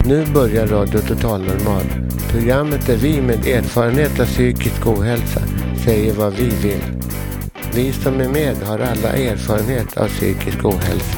Nu börjar Radio Total Normal. Programmet där vi med erfarenhet av psykisk ohälsa säger vad vi vill. Vi som är med har alla erfarenhet av psykisk ohälsa.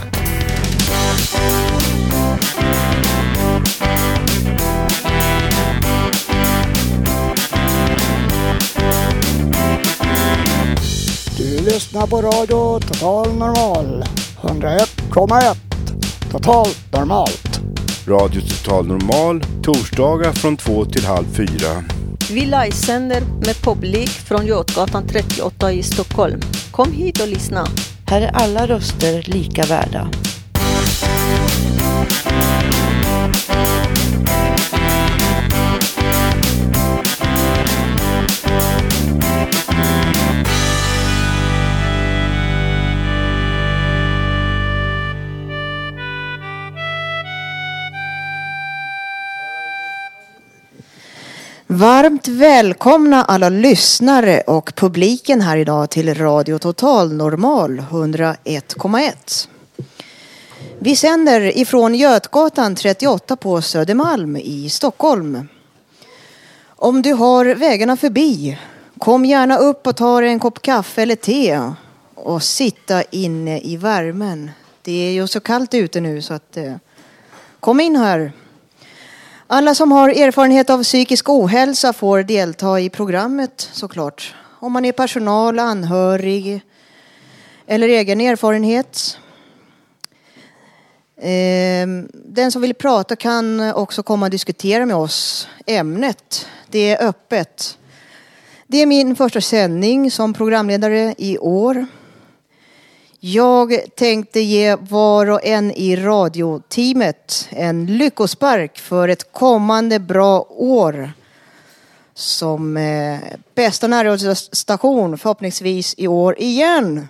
Du lyssnar på Radio Total Normal. 101,1. Total normalt. Radio Total Normal, torsdagar från 2 till halv 4. Vi livesänder med publik från Götgatan 38 i Stockholm. Kom hit och lyssna. Här är alla röster lika värda. Varmt välkomna alla lyssnare och publiken här idag till Radio Total Normal 101,1. Vi sänder ifrån Götgatan 38 på Södermalm i Stockholm. Om du har vägarna förbi, kom gärna upp och ta en kopp kaffe eller te och sitta inne i värmen. Det är ju så kallt ute nu så att kom in här. Alla som har erfarenhet av psykisk ohälsa får delta i programmet såklart. Om man är personal, anhörig eller egen erfarenhet. Den som vill prata kan också komma och diskutera med oss. Ämnet, det är öppet. Det är min första sändning som programledare i år. Jag tänkte ge var och en i radioteamet en lyckospark för ett kommande bra år som bästa närradiostation förhoppningsvis i år igen.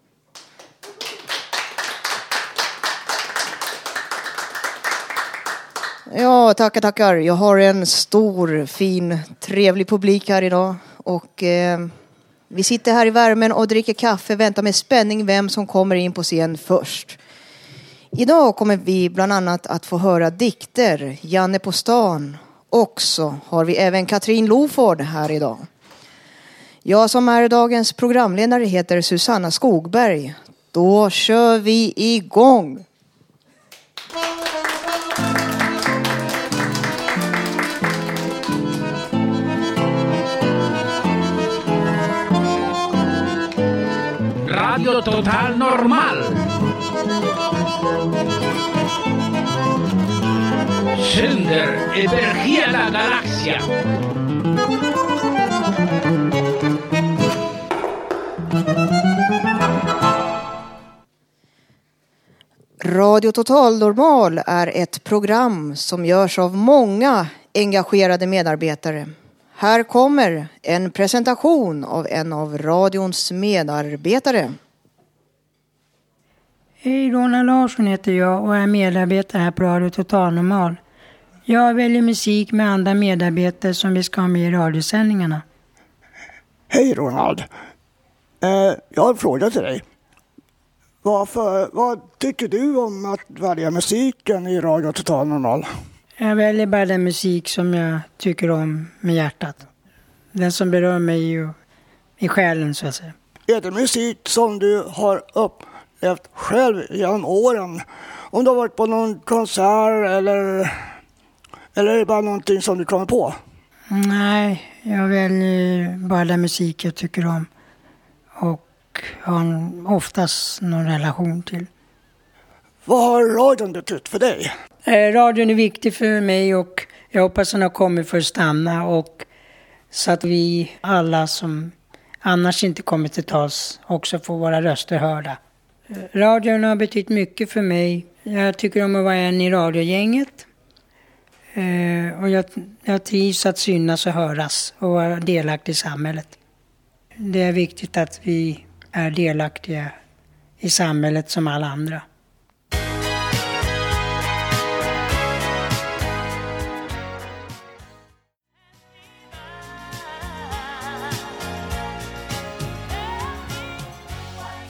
Ja, tackar. Jag har en stor, fin, trevlig publik här idag och vi sitter här i värmen och dricker kaffe, väntar med spänning vem som kommer in på scen först. Idag kommer vi bland annat att få höra dikter, Janne på stan. Och så har vi även Katrin Loford här idag. Jag som är dagens programledare heter Susanna Skogberg. Då kör vi igång! Radio Total Normal. Sänder över hela galaxen. Radio Total Normal är ett program som görs av många engagerade medarbetare. Här kommer en presentation av en av radions medarbetare. Hej, Rona Larsson heter jag och är medarbetare här på Radio Total Normal. Jag väljer musik med andra medarbetare som vi ska ha med i radiosändningarna. Hej Ronald. Jag har en fråga till dig. Vad tycker du om att välja musiken i Radio Total Normal? Jag väljer bara den musik som jag tycker om med hjärtat. Den som berör mig i själen så att säga. Är det musik som du har upplevt själv genom åren? Om du har varit på någon konsert eller är det bara någonting som du kommer på? Nej, jag väljer bara den musik jag tycker om. Och har oftast någon relation till. Vad har radion betytt för dig? Radion är viktig för mig och jag hoppas den har kommit för att stanna. Och så att vi alla som annars inte kommer till tals också får våra röster hörda. Radion har betytt mycket för mig. Jag tycker om att vara en i radiogänget. Och jag trivs att synas och höras och vara delaktig i samhället. Det är viktigt att vi är delaktiga i samhället som alla andra.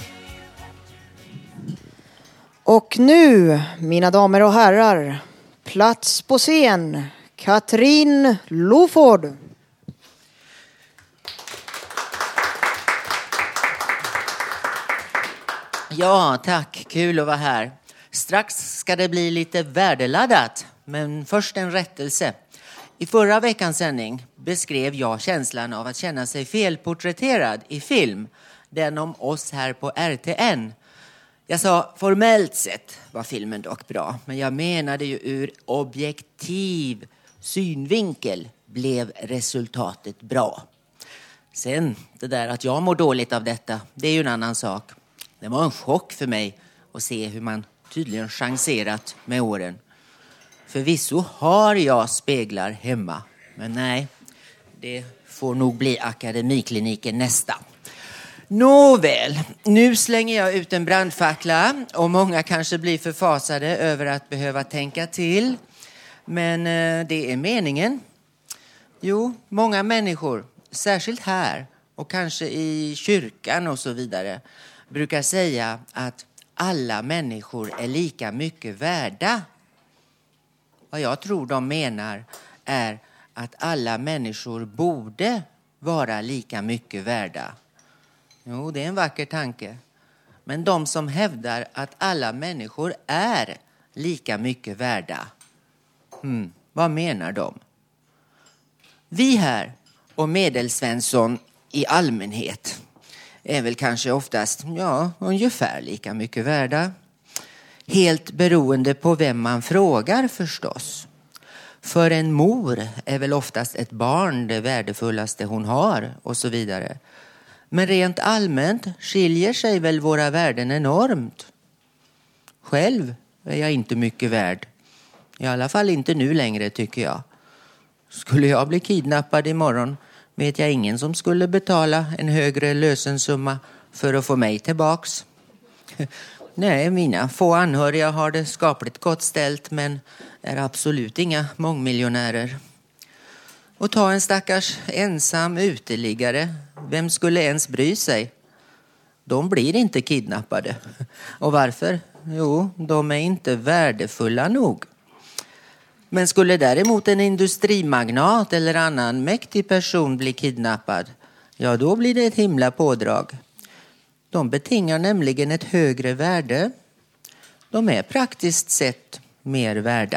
Och nu, mina damer och herrar, plats på scen, Katrin Loford. Ja, tack. Kul att vara här. Strax ska det bli lite värdeladdat, men först en rättelse. I förra veckans sändning beskrev jag känslan av att känna sig felporträtterad i film, den om oss här på RTN. Jag sa formellt sett var filmen dock bra, men jag menade ju ur objektiv synvinkel blev resultatet bra. Sen, det där att jag mår dåligt av detta, det är ju en annan sak. Det var en chock för mig att se hur man tydligen chanserat med åren. Förvisso har jag speglar hemma, men nej, det får nog bli akademikliniken nästa. Nåväl, nu slänger jag ut en brandfackla och många kanske blir förfasade över att behöva tänka till. Men det är meningen. Jo, många människor, särskilt här och kanske i kyrkan och så vidare, brukar säga att alla människor är lika mycket värda. Vad jag tror de menar är att alla människor borde vara lika mycket värda. Jo, det är en vacker tanke. Men de som hävdar att alla människor är lika mycket värda, vad menar de? Vi här och Medelsvensson i allmänhet är väl kanske oftast, ungefär lika mycket värda. Helt beroende på vem man frågar förstås. För en mor är väl oftast ett barn det värdefullaste hon har och så vidare. Men rent allmänt skiljer sig väl våra värden enormt. Själv är jag inte mycket värd. I alla fall inte nu längre tycker jag. Skulle jag bli kidnappad imorgon vet jag ingen som skulle betala en högre lösensumma för att få mig tillbaks. Nej, mina få anhöriga har det skapligt gott ställt men är absolut inga mångmiljonärer. Och ta en stackars ensam uteliggare. Vem skulle ens bry sig? De blir inte kidnappade. Och varför? Jo, de är inte värdefulla nog. Men skulle däremot en industrimagnat eller annan mäktig person bli kidnappad, ja då blir det ett himla pådrag. De betingar nämligen ett högre värde. De är praktiskt sett mer värda.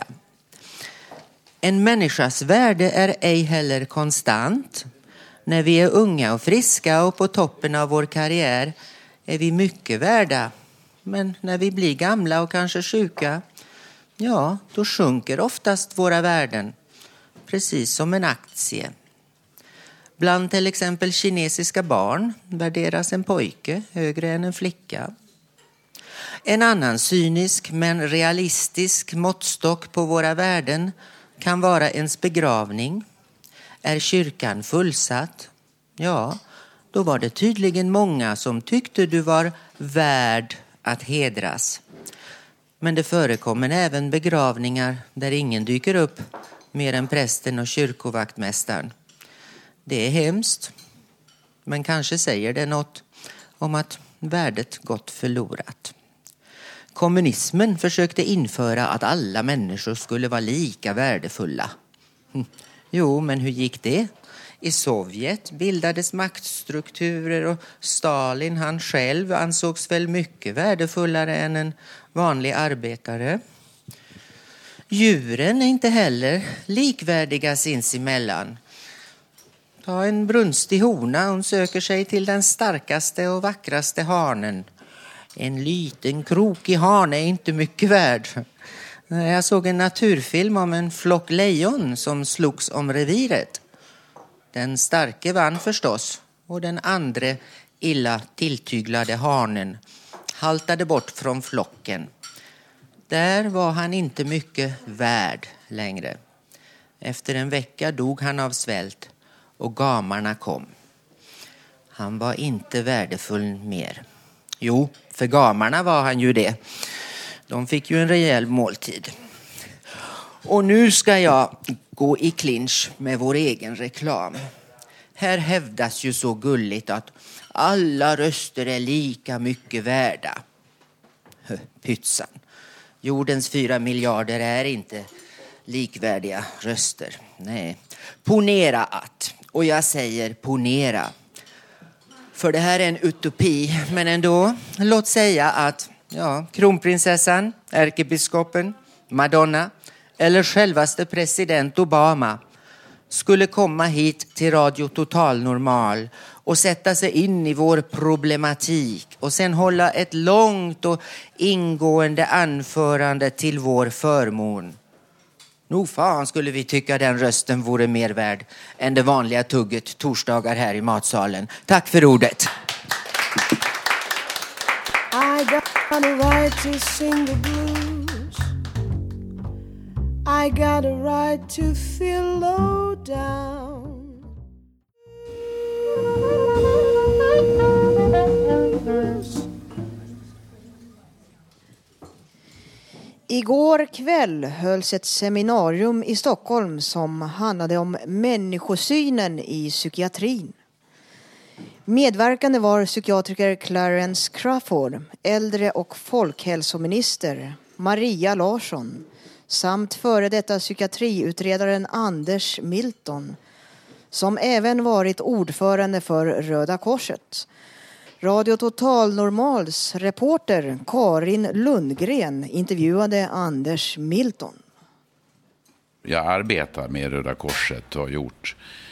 En människas värde är ej heller konstant. När vi är unga och friska och på toppen av vår karriär är vi mycket värda. Men när vi blir gamla och kanske sjuka, ja, då sjunker oftast våra värden. Precis som en aktie. Bland till exempel kinesiska barn värderas en pojke högre än en flicka. En annan cynisk men realistisk måttstock på våra värden kan vara ens begravning. Är kyrkan fullsatt? Ja, då var det tydligen många som tyckte du var värd att hedras. Men det förekommer även begravningar där ingen dyker upp mer än prästen och kyrkovaktmästaren. Det är hemskt, men kanske säger det något om att värdet gått förlorat. Kommunismen försökte införa att alla människor skulle vara lika värdefulla. Jo, men hur gick det? I Sovjet bildades maktstrukturer och Stalin han själv ansågs väl mycket värdefullare än en vanlig arbetare. Djuren är inte heller likvärdiga sinsemellan. Ta en brunstig hona, hon söker sig till den starkaste och vackraste hanen. En liten krokig hane är inte mycket värd. Jag såg en naturfilm om en flock lejon som slogs om reviret. Den starke vann förstås och den andra illa tilltyglade hanen haltade bort från flocken. Där var han inte mycket värd längre. Efter en vecka dog han av svält och gamarna kom. Han var inte värdefull mer. Jo, för gamarna var han ju det. De fick ju en rejäl måltid. Och nu ska jag gå i clinch med vår egen reklam. Här hävdas ju så gulligt att alla röster är lika mycket värda. Pytsan. Jordens 4 miljarder är inte likvärdiga röster. Nej. Ponera att, och jag säger ponera. För det här är en utopi, men ändå, låt säga att kronprinsessan, ärkebiskopen, Madonna eller självaste president Obama skulle komma hit till Radio Total Normal och sätta sig in i vår problematik och sen hålla ett långt och ingående anförande till vår förmån. Nog fan skulle vi tycka den rösten vore mer värd än det vanliga tugget torsdagar här i matsalen. Tack för ordet. I got a right to sing the blues. I got a right to feel low down. Igår kväll hölls ett seminarium i Stockholm som handlade om människosynen i psykiatrin. Medverkande var psykiatriker Clarence Crawford, äldre- och folkhälsominister Maria Larsson samt före detta psykiatriutredaren Anders Milton, som även varit ordförande för Röda Korset. Radio Total Normals reporter Karin Lundgren intervjuade Anders Milton. Jag arbetar med Röda Korset och har gjort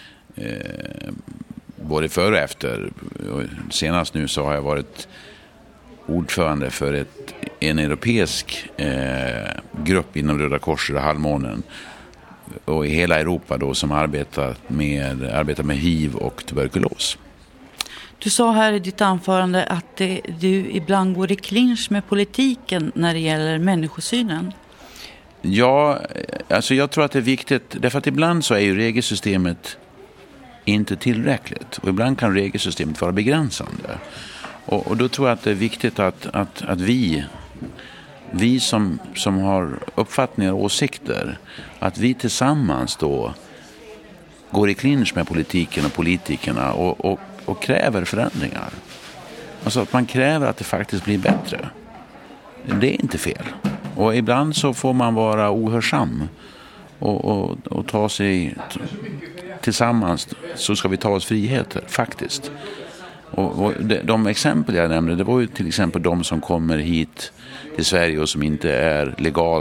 både före och efter. Senast nu så har jag varit ordförande för en europeisk grupp inom Röda Korset och Halvmånen och i hela Europa då, som arbetar med HIV och tuberkulos. Du sa här i ditt anförande att du ibland går i clinch med politiken när det gäller människosynen. Ja, alltså jag tror att det är viktigt, därför att ibland så är ju regelsystemet inte tillräckligt och ibland kan regelsystemet vara begränsande. Och då tror jag att det är viktigt att vi som har uppfattningar och åsikter, att vi tillsammans då går i clinch med politiken och politikerna och kräver förändringar. Alltså att man kräver att det faktiskt blir bättre. Det är inte fel. Och ibland så får man vara ohörsam och ta sig tillsammans, så ska vi ta oss friheter faktiskt. Och de exempel jag nämnde, det var ju till exempel de som kommer hit till Sverige och som inte är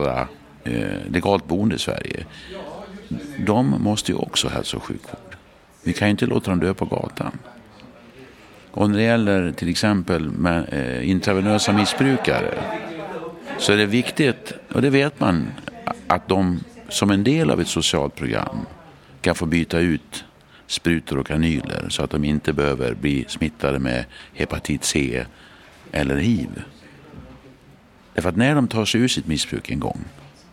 legalt boende i Sverige. De måste ju också hälso- och sjukvård. Vi kan ju inte låta dem dö på gatan. Och när det gäller till exempel med intravenösa missbrukare, så är det viktigt, och det vet man, att de som en del av ett socialt program kan få byta ut sprutor och kanyler så att de inte behöver bli smittade med hepatit C eller HIV. Därför att när de tar sig ur sitt missbruk en gång,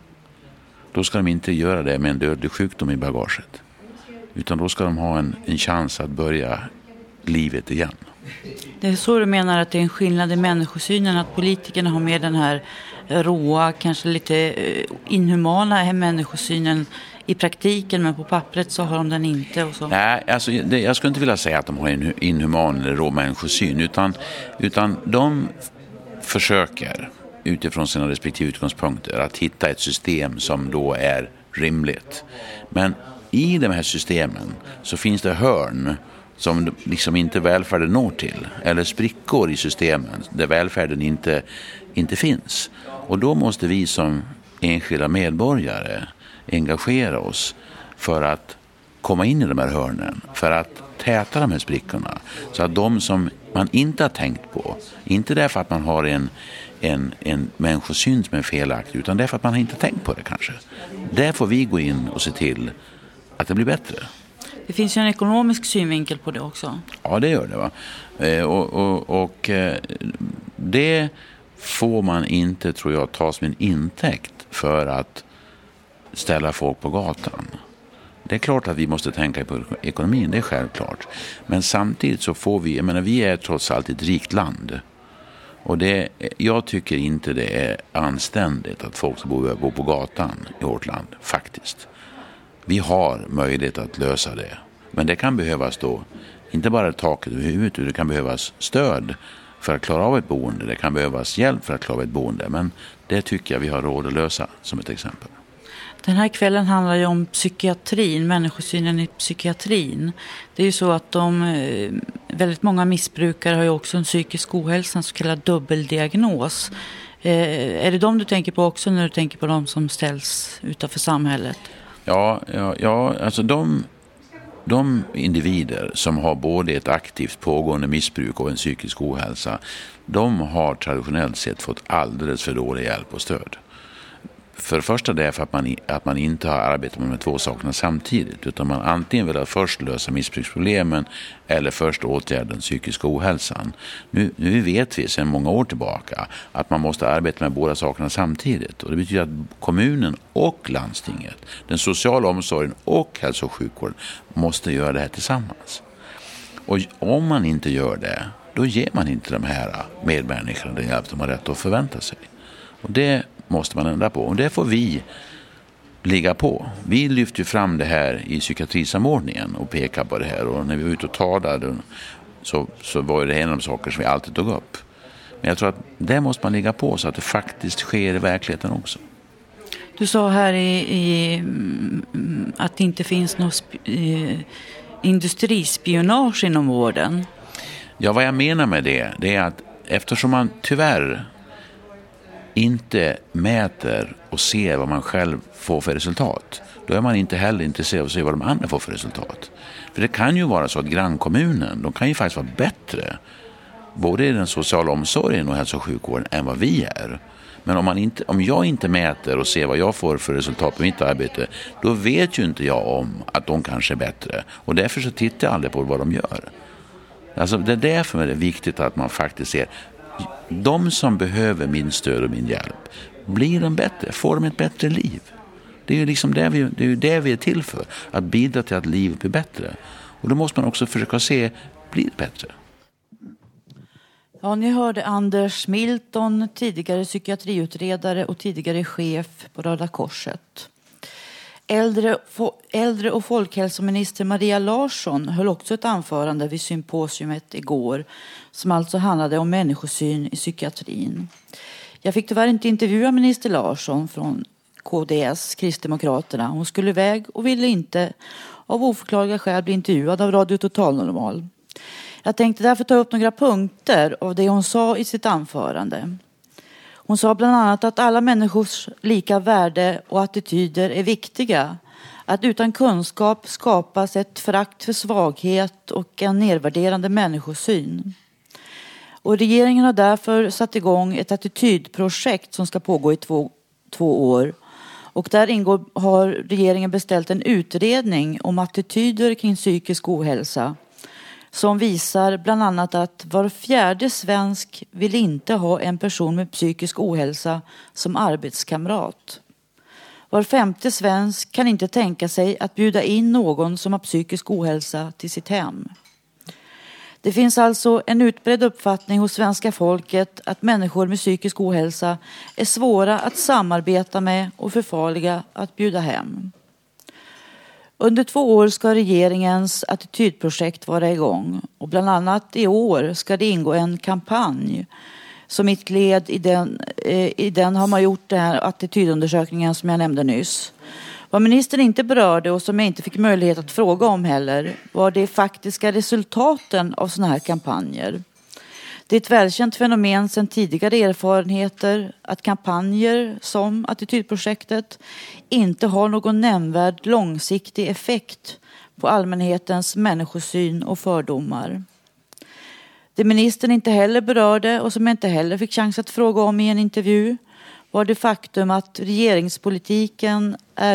då ska de inte göra det med en dödlig sjukdom i bagaget. Utan då ska de ha en chans att börja livet igen. Det är så du menar att det är en skillnad i människosynen, att politikerna har med den här råa, kanske lite inhumana människosynen i praktiken, men på pappret så har de den inte och så. Nej, alltså jag skulle inte vilja säga att de har en inhuman eller rå människosyn, utan de försöker utifrån sina respektive utgångspunkter att hitta ett system som då är rimligt. Men i de här systemen så finns det hörn som liksom inte välfärden når till, eller sprickor i systemen där välfärden inte finns. Och då måste vi som enskilda medborgare engagera oss för att komma in i de här hörnen, för att täta de här sprickorna, så att de som man inte har tänkt på, inte därför att man har en människosyn som är felaktig, utan därför att man inte tänkt på det kanske. Där får vi gå in och se till att det blir bättre. Det finns ju en ekonomisk synvinkel på det också. Ja, det gör det, va. Och det får man inte, tror jag, ta som en intäkt för att ställa folk på gatan. Det är klart att vi måste tänka på ekonomin, det är självklart. Men samtidigt så får vi, jag menar, vi är trots allt ett rikt land. Och jag tycker inte det är anständigt att folk ska bo på gatan i vårt land, faktiskt. Vi har möjlighet att lösa det. Men det kan behövas då, inte bara taket över huvudet, utan det kan behövas stöd för att klara av ett boende. Det kan behövas hjälp för att klara av ett boende. Men det tycker jag vi har råd att lösa, som ett exempel. Den här kvällen handlar ju om psykiatrin, människosynen i psykiatrin. Det är ju så att väldigt många missbrukare har ju också en psykisk ohälsa, en så kallad dubbeldiagnos. Är det de du tänker på också när du tänker på de som ställs utanför samhället? Ja, alltså de individer som har både ett aktivt pågående missbruk och en psykisk ohälsa, de har traditionellt sett fått alldeles för dålig hjälp och stöd. För det första därför att man inte har arbetat med de två sakerna samtidigt, utan man antingen vill först lösa missbruksproblemen eller först åtgärda den psykiska ohälsan. Nu vet vi sedan många år tillbaka att man måste arbeta med båda sakerna samtidigt, och det betyder att kommunen och landstinget, den sociala omsorgen och hälso- och sjukvården måste göra det här tillsammans. Och om man inte gör det, då ger man inte de här medmänniskorna den hjälp de har rätt att förvänta sig. Och det måste man ändra på. Och det får vi ligga på. Vi lyfter ju fram det här i psykiatrisamordningen och pekar på det här. Och när vi var ute och talade så var det en av de saker som vi alltid tog upp. Men jag tror att det måste man ligga på så att det faktiskt sker i verkligheten också. Du sa här att det inte finns något industrispionage inom vården. Ja, vad jag menar med det är att eftersom man tyvärr inte mäter och ser vad man själv får för resultat, då är man inte heller intresserad av att se vad de andra får för resultat. För det kan ju vara så att grannkommunen, de kan ju faktiskt vara bättre både i den sociala omsorgen och hälso- och sjukvården än vad vi är. Men om jag inte mäter och ser vad jag får för resultat på mitt arbete, då vet ju inte jag om att de kanske är bättre. Och därför så tittar jag aldrig på vad de gör. Alltså det är därför det är viktigt att man faktiskt ser de som behöver min stöd och min hjälp. Blir de bättre? Får de ett bättre liv? Det är ju liksom det vi är till för. Att bidra till att livet blir bättre. Och då måste man också försöka se, blir det bättre? Ja, ni hörde Anders Milton, tidigare psykiatriutredare och tidigare chef på Röda Korset. Äldre- och folkhälsominister Maria Larsson höll också ett anförande vid symposiumet igår som alltså handlade om människosyn i psykiatrin. Jag fick tyvärr inte intervjua minister Larsson från KDS, Kristdemokraterna. Hon skulle iväg och ville inte av oförklarliga skäl bli intervjuad av Radio Total Normal. Jag tänkte därför ta upp några punkter av det hon sa i sitt anförande. Hon sa bland annat att alla människors lika värde och attityder är viktiga. Att utan kunskap skapas ett förakt för svaghet och en nedvärderande människosyn. Och regeringen har därför satt igång ett attitydprojekt som ska pågå i två år. Och där har regeringen beställt en utredning om attityder kring psykisk ohälsa. Som visar bland annat att var fjärde svensk vill inte ha en person med psykisk ohälsa som arbetskamrat. Var femte svensk kan inte tänka sig att bjuda in någon som har psykisk ohälsa till sitt hem. Det finns alltså en utbredd uppfattning hos svenska folket att människor med psykisk ohälsa är svåra att samarbeta med och för farliga att bjuda hem. Under 2 år ska regeringens attitydprojekt vara igång och bland annat i år ska det ingå en kampanj. Som ett led i den har man gjort den här attitydundersökningen som jag nämnde nyss. Vad ministern inte berörde och som jag inte fick möjlighet att fråga om heller var de faktiska resultaten av sådana här kampanjer. Det är ett välkänt fenomen sedan tidigare erfarenheter att kampanjer som attitydprojektet inte har någon nämnvärd långsiktig effekt på allmänhetens människosyn och fördomar. Det ministern inte heller berörde och som jag inte heller fick chans att fråga om i en intervju var det faktum att regeringspolitiken är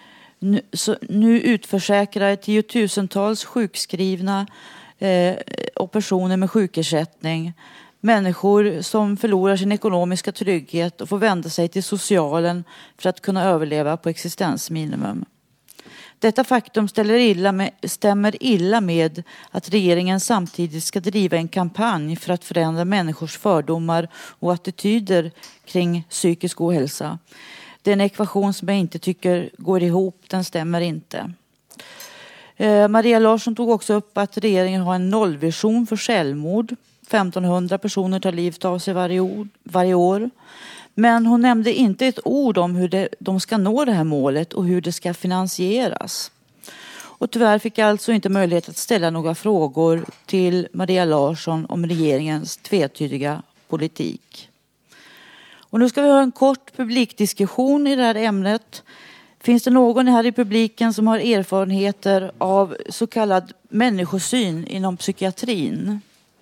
nu utförsäkrar tiotusentals sjukskrivna och personer med sjukersättning. Människor som förlorar sin ekonomiska trygghet och får vända sig till socialen för att kunna överleva på existensminimum. Detta faktum stämmer illa med att regeringen samtidigt ska driva en kampanj för att förändra människors fördomar och attityder kring psykisk ohälsa. Det är en ekvation som jag inte tycker går ihop, den stämmer inte. Maria Larsson tog också upp att regeringen har en nollvision för självmord. 1500 personer tar livet av sig varje år. Men hon nämnde inte ett ord om hur de ska nå det här målet och hur det ska finansieras. Och tyvärr fick jag alltså inte möjlighet att ställa några frågor till Maria Larsson om regeringens tvetydiga politik. Och nu ska vi ha en kort publikdiskussion i det här ämnet. Finns det någon här i publiken som har erfarenheter av så kallad människosyn inom psykiatrin?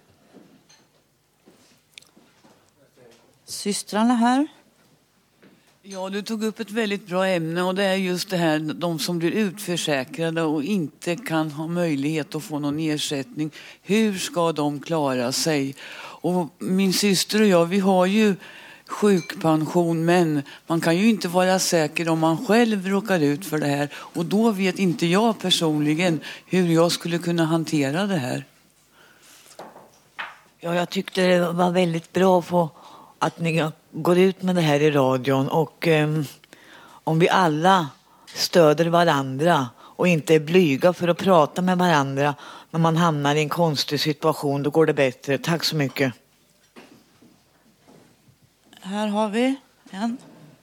Systrarna här. Ja, du tog upp ett väldigt bra ämne och det är just det här, de som blir utförsäkrade och inte kan ha möjlighet att få någon ersättning. Hur ska de klara sig? Och min syster och jag, vi har ju sjukpension, men man kan ju inte vara säker om man själv råkar ut för det här. Och då vet inte jag personligen hur jag skulle kunna hantera det här. Ja, jag tyckte det var väldigt bra på att ni går ut med det här i radion och om vi alla stöder varandra och inte är blyga för att prata med varandra när man hamnar i en konstig situation, då går det bättre. Tack så mycket. Här har vi en.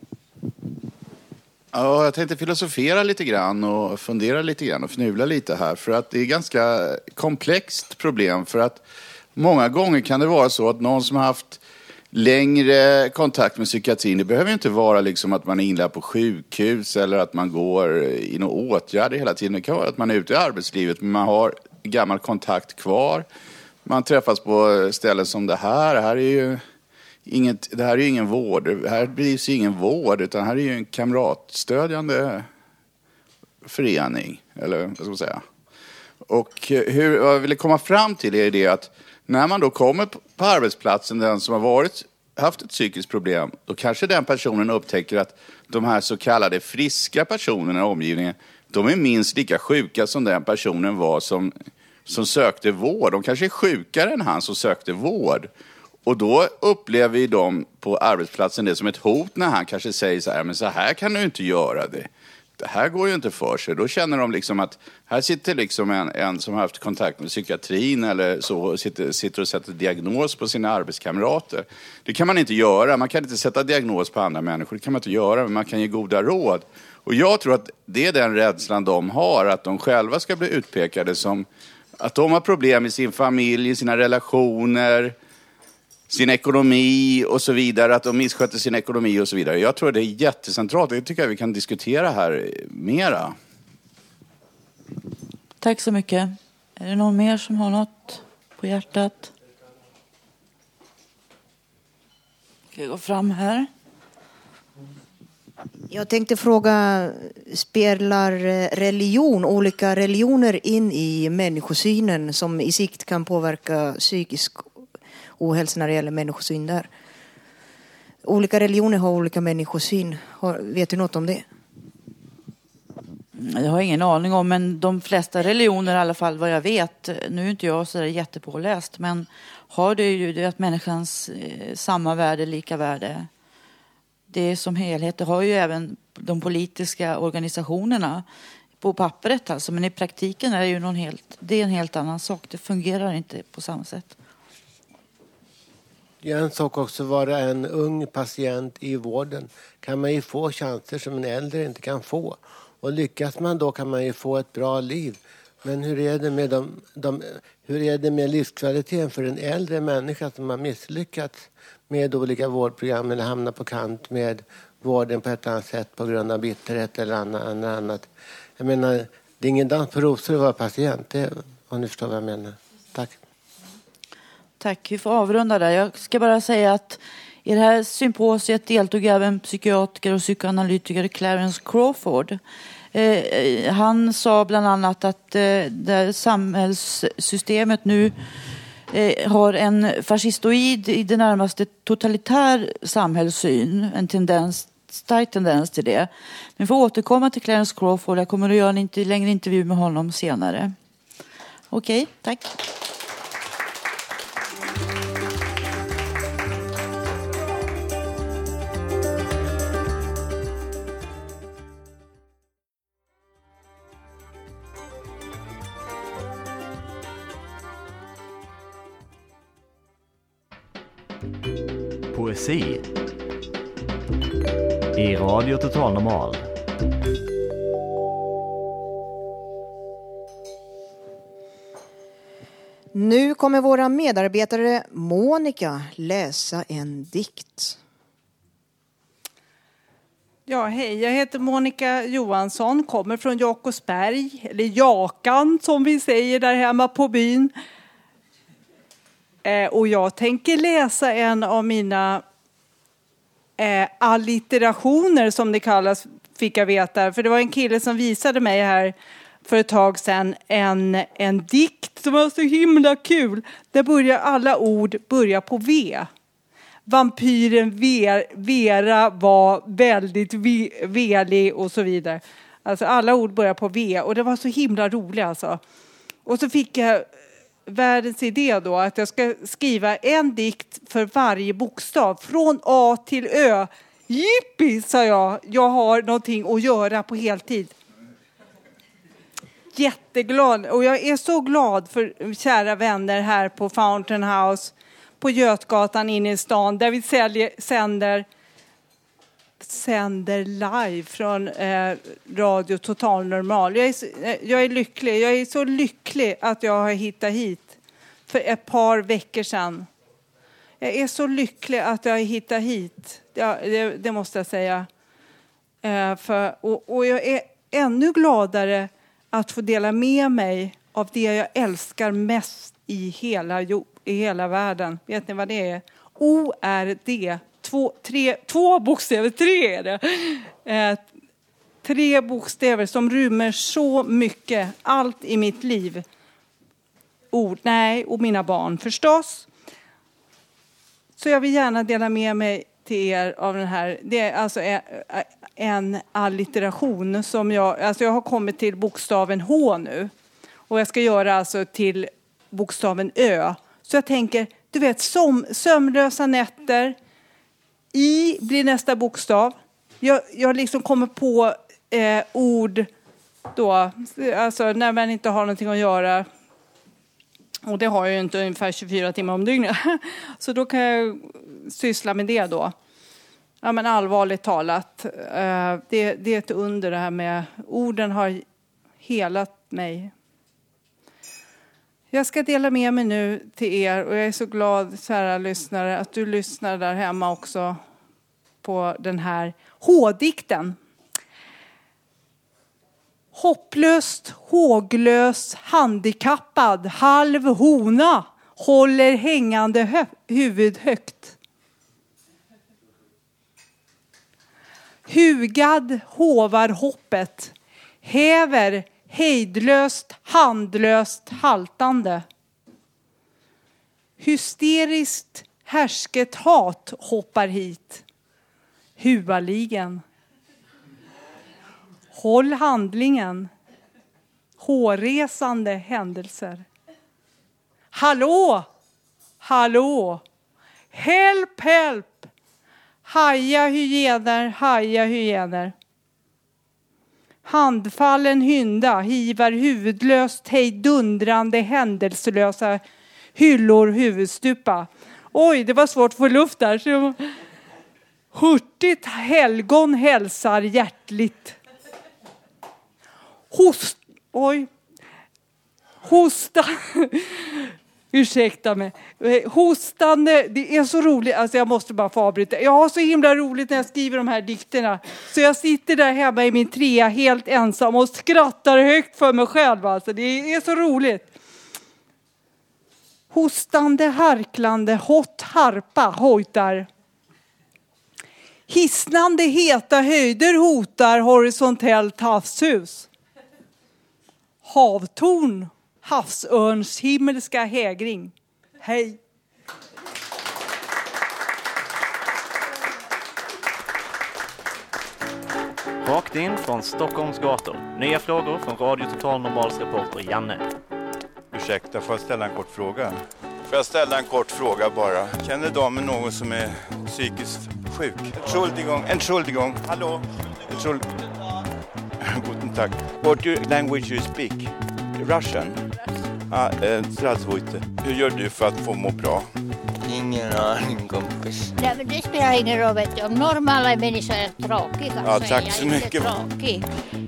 Ja, jag tänkte filosofera lite grann och fundera lite grann och fnula lite här, för att det är ett ganska komplext problem. För att många gånger kan det vara så att någon som har haft längre kontakt med psykiatrin, det behöver inte vara liksom att man är inlagd på sjukhus eller att man går i någon åtgärd hela tiden. Det kan vara att man är ute i arbetslivet men man har gammal kontakt kvar. Man träffas på ställen som det här. Det här är ju ingen vård. Här blir ju ingen vård, utan här är ju en kamratstödjande förening, eller vad ska man säga. Och hur jag ville komma fram till är det att när man då kommer på arbetsplatsen, den som har haft ett psykiskt problem, då kanske den personen upptäcker att de här så kallade friska personerna i omgivningen, de är minst lika sjuka som den personen var som sökte vård. De kanske är sjukare än han som sökte vård. Och då upplever vi dem på arbetsplatsen det som ett hot när han kanske säger så här, men så här kan du inte göra det. Det här går ju inte för sig. Då känner de liksom att här sitter liksom en som har haft kontakt med psykiatrin eller så, sitter och sätter diagnos på sina arbetskamrater. Det kan man inte göra. Man kan inte sätta diagnos på andra människor. Det kan man inte göra, men man kan ge goda råd. Och jag tror att det är den rädslan de har, att de själva ska bli utpekade som att de har problem i sin familj, i sina relationer, sin ekonomi och så vidare, att de missköter sin ekonomi och så vidare. Jag tror det är jättecentralt. Det tycker jag vi kan diskutera här mera. Tack så mycket. Är det någon mer som har något på hjärtat? Ska jag gå fram här? Jag tänkte fråga, spelar olika religioner in i människosynen som i sikt kan påverka psykisk ohälsa när det gäller människosyn där? Olika religioner har olika människosyn. Vet du något om det? Jag har ingen aning om, men de flesta religioner i alla fall vad jag vet, nu är inte jag så där jättepåläst, men har det ju det att människans samma värde, lika värde. Det är som helhet. Det har ju även de politiska organisationerna på pappret alltså, men i praktiken är det ju det är en helt annan sak. Det fungerar inte på samma sätt. Det är en sak också, vara en ung patient i vården kan man ju få chanser som en äldre inte kan få. Och lyckas man då kan man ju få ett bra liv. Men hur är det med hur är det med livskvaliteten för en äldre människa som har misslyckats med olika vårdprogram eller hamnar på kant med vården på ett annat sätt på grund av bitterhet eller annat. Jag menar, det är ingen dans på rosor att vara patient, om ni förstår vad jag menar. Tack. Tack, vi får avrunda där. Jag ska bara säga att i det här symposiet deltog även psykiatriker och psykoanalytiker Clarence Crawford. Han sa bland annat att det samhällssystemet nu har en fascistoid, i det närmaste totalitär samhällssyn, en stark tendens till det. Men får återkomma till Clarence Crawford. Jag kommer att göra en längre intervju med honom senare. Okej, tack. Poesi. I Radio Total Normal. Nu kommer våra medarbetare Monica läsa en dikt. Ja, hej. Jag heter Monica Johansson, kommer från Jakobsberg, eller Jakan som vi säger där hemma på byn. Och jag tänker läsa en av mina allitterationer som det kallas, fick jag veta. För det var en kille som visade mig här för ett tag sedan en dikt som var så himla kul. Där börjar alla ord börja på V. Vampyren Vera var väldigt velig och så vidare. Alltså alla ord börjar på V och det var så himla roligt alltså. Och så fick jag världens idé då att jag ska skriva en dikt för varje bokstav från A till Ö. Jippi, sa jag. Jag har någonting att göra på heltid. Jätteglad. Och jag är så glad för kära vänner här på Fountain House på Götgatan inne i stan där vi sänder live från Radio Total Normal. Jag är lycklig. Jag är så lycklig att jag har hittat hit för ett par veckor sedan. Jag är så lycklig att jag har hittat hit. Ja, det måste jag säga. Och jag är ännu gladare att få dela med mig av det jag älskar mest i hela världen. Vet ni vad det är? ORD. Två bokstäver, 3 är det. 3 bokstäver som rymmer så mycket. Allt i mitt liv. Och mina barn förstås. Så jag vill gärna dela med mig till er av den här. Det är alltså en allitteration som jag har kommit till bokstaven H nu. Och jag ska göra alltså till bokstaven Ö. Så jag tänker, du vet, sömnlösa nätter. I blir nästa bokstav. Jag liksom kommer på ord då. Alltså när man inte har någonting att göra. Och det har jag ju inte ungefär 24 timmar om dygnet. Så då kan jag syssla med det då. Ja, men allvarligt talat. Det är ett under det här med orden har helat mig. Jag ska dela med mig nu till er och jag är så glad, kära lyssnare, att du lyssnar där hemma också på den här H-dikten. Hopplöst, håglös, handikappad, halv hona, håller hängande huvud högt. Hugad hovar hoppet, häver hejdlöst, handlöst, haltande. Hysteriskt härsket hat hoppar hit. Huvaligen. Håll handlingen. Hårresande händelser. Hallå! Hallå! Help, help! Haja hyener. Handfallen hynda hivar huvudlöst hejdundrande händelselösa hyllor huvudstupa. Oj, det var svårt att få luft där. Så hurtigt helgon hälsar hjärtligt. Hosta. Ursäkta mig. Hostande, det är så roligt. Alltså jag måste bara få avbryta. Jag har så himla roligt när jag skriver de här dikterna. Så jag sitter där hemma i min trea helt ensam och skrattar högt för mig själv. Alltså det är så roligt. Hostande, harklande, hot harpa hojtar. Hisnande heta höjder hotar horisontellt havshus. Havtorn. Havsörns himmelska hägring. Hej. Rakt in från Stockholms gator. Nya frågor från Radio Total Normals reporter Janne. Ursäkta, får jag ställa en kort fråga? Får jag ställa en kort fråga bara? Känner damen någon som är psykiskt sjuk? Entschuldigung. Hallå? Guten Tag. What language you speak? Russian? Здравствуйте. Hur gör du för att få må bra? Ingen ingen aning, kompis. Nej, men det spelar ingen roll, vet du. Om normala människor är tråkiga Ja, så tack är jag så inte mycket. tråkig.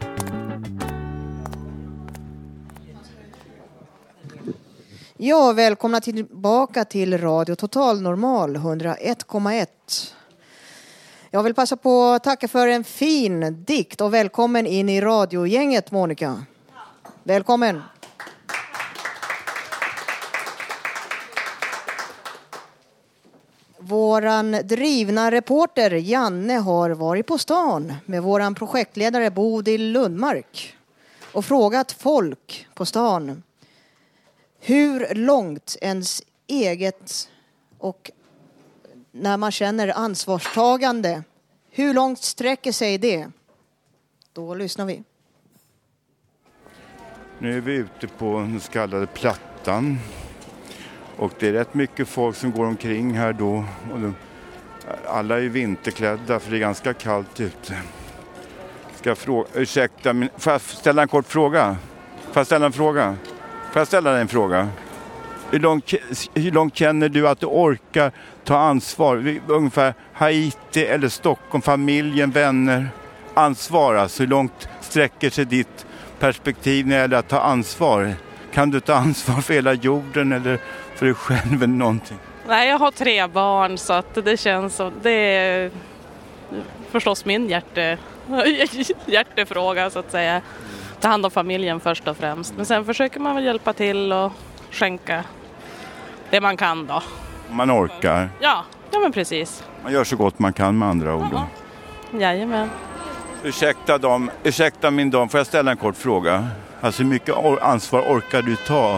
Ja, välkomna tillbaka till Radio Total Normal 101,1. Jag vill passa på att tacka för en fin dikt och välkommen in i radiogänget, Monica. Välkommen. Våran drivna reporter Janne har varit på stan med våran projektledare Bodil Lundmark och frågat folk på stan hur långt ens eget och när man känner ansvarstagande, hur långt sträcker sig det? Då lyssnar vi. Nu är vi ute på den så kallade Plattan. Och det är rätt mycket folk som går omkring här då. Och alla är vinterklädda för det är ganska kallt ute. Ska jag fråga, ursäkta, men får jag ställa en kort fråga? Får jag ställa dig en fråga? Hur långt känner du att du orkar ta ansvar? Ungefär Haiti eller Stockholm, familjen, vänner. Ansvar, alltså hur långt sträcker sig ditt perspektiv när det gäller att ta ansvar? Kan du ta ansvar för hela jorden eller för dig själv eller någonting? Nej, jag har 3 barn så att det känns som det är förstås min hjärtefråga så att säga. Ta hand om familjen först och främst. Men sen försöker man väl hjälpa till och skänka det man kan då. Man orkar. Ja men precis. Man gör så gott man kan med andra ord. Då. Jajamän. Ursäkta min dam, får jag ställa en kort fråga? Alltså hur mycket ansvar orkar du ta?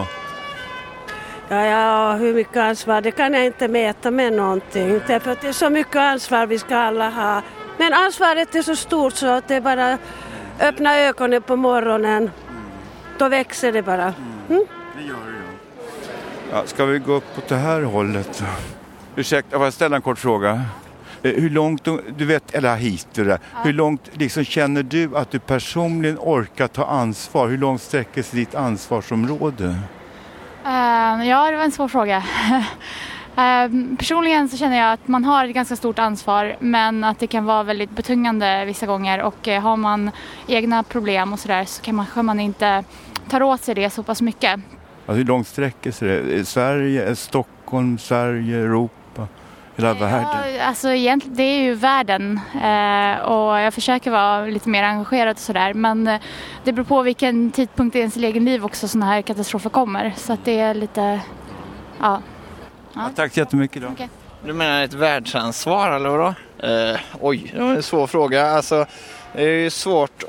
Ja, hur mycket ansvar, det kan jag inte mäta med någonting. Därför att det är så mycket ansvar vi ska alla ha. Men ansvaret är så stort så att det är bara öppna ögonen på morgonen. Då växer det bara. Det gör det. Ja, ska vi gå upp åt det här hållet? Ursäkta, får jag ställa en kort fråga? Hur långt, du vet, eller hit det där. Ja. Hur långt liksom, känner du att du personligen orkar ta ansvar? Hur långt sträcker sig ditt ansvarsområde? Ja, det var en svår fråga. Personligen så känner jag att man har ett ganska stort ansvar men att det kan vara väldigt betungande vissa gånger och har man egna problem och sådär så kan man inte ta åt sig det så pass mycket. Alltså, hur långt sträcker sig det? Sverige, Stockholm, Sverige, Europa, hela världen? Ja, alltså egentligen det är ju världen och jag försöker vara lite mer engagerad och sådär men det beror på vilken tidpunkt i ens egen liv också sådana här katastrofer kommer så att det är lite, ja. Ja, tack så jättemycket då. Okay. Du menar ett världsansvar eller vadå? Oj, det var en svår fråga. Alltså, det är ju svårt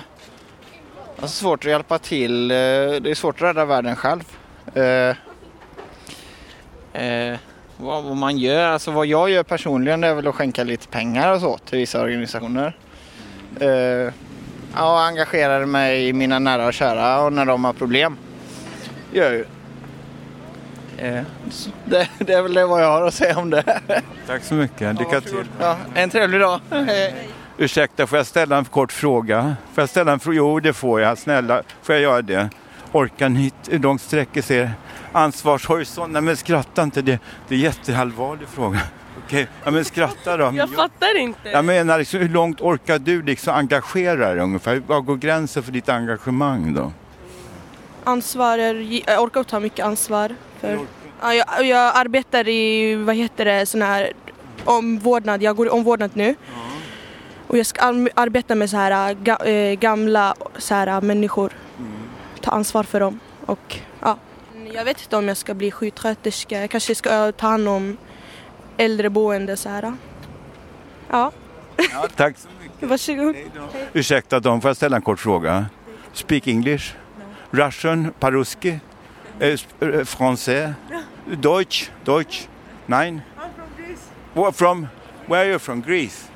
att hjälpa till. Det är svårt att rädda världen själv. Vad man gör, alltså vad jag gör personligen är väl att skänka lite pengar och så till vissa organisationer. Ja, engagerar mig i mina nära och kära och när de har problem. Gör ju. Det är väl det vad jag har att säga om det. Tack så mycket, lycka till. Ja, en trevlig dag. Ursäkta, får jag ställa en kort fråga? Jo, det får jag, snälla. Får jag göra det? Orkar ni, hur långt sträcker sig ansvarshorisont? Nej men skratta inte, det är en jätteallvarlig fråga. Okej, ja men skratta då. Jag fattar inte. Jag menar, liksom, hur långt orkar du liksom engagera dig ungefär? Vad går gränsen för ditt engagemang då? Jag orkar ta mycket ansvar. Jag arbetar i sån här omvårdnad. Jag går i omvårdnad nu. Och jag ska arbeta med så här gamla så här människor. Ta ansvar för dem. Och ja, jag vet inte om jag ska bli sjuksköterska. Jag kanske ska ta hand om äldreboende så här. Ja. Ja, tack så mycket. Varsågod. Ursäkta dem, får jag ställa en kort fråga? Speak English? No. Russian? Paruski? Français? Deutsch? Nein? I'm from Greece. Where are you from? Greece?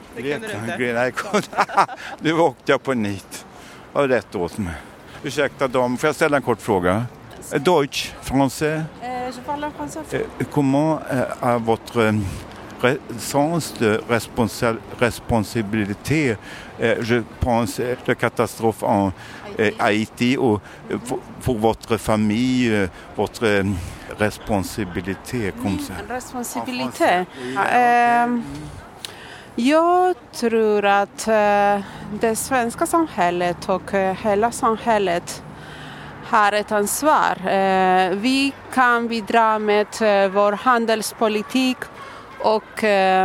Du åkte jag på nit. Var rätt åt mig. Ursäkta dem, får jag ställa en kort fråga? Deutsch? Français? Je parle français. Comment a votre sens de responsabilité, je pense, la catastrophe en Haïti ou pour votre famille, votre Responsibilitet. Responsibilitet. Jag tror att det svenska samhället och hela samhället har ett ansvar. Vi kan bidra med vår handelspolitik och